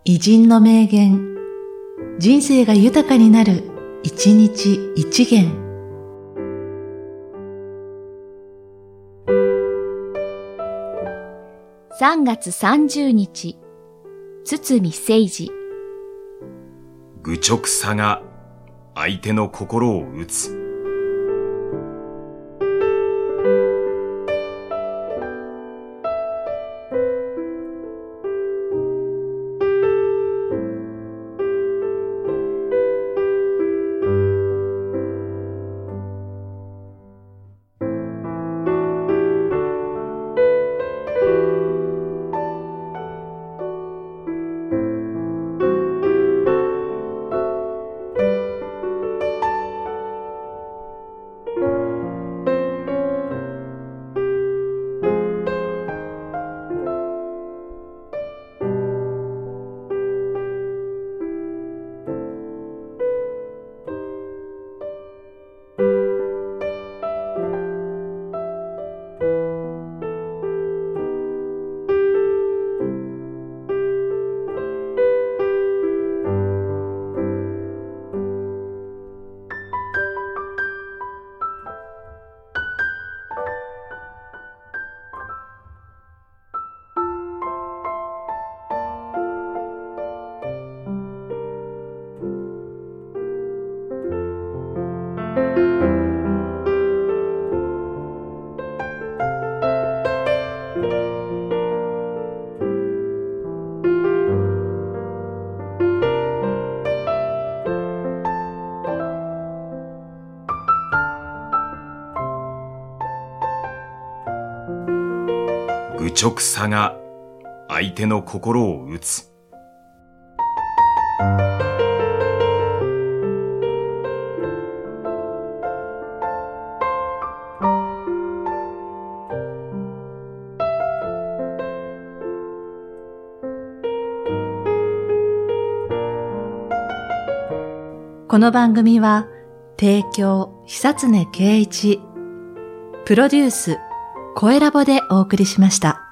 偉人の名言、人生が豊かになる、一日一元。 3月30日、堤清二。 愚直さが相手の心を打つ。愚直さが相手の心を打つ。 この番組は提供久常圭一、プロデュース声ラボでお送りしました。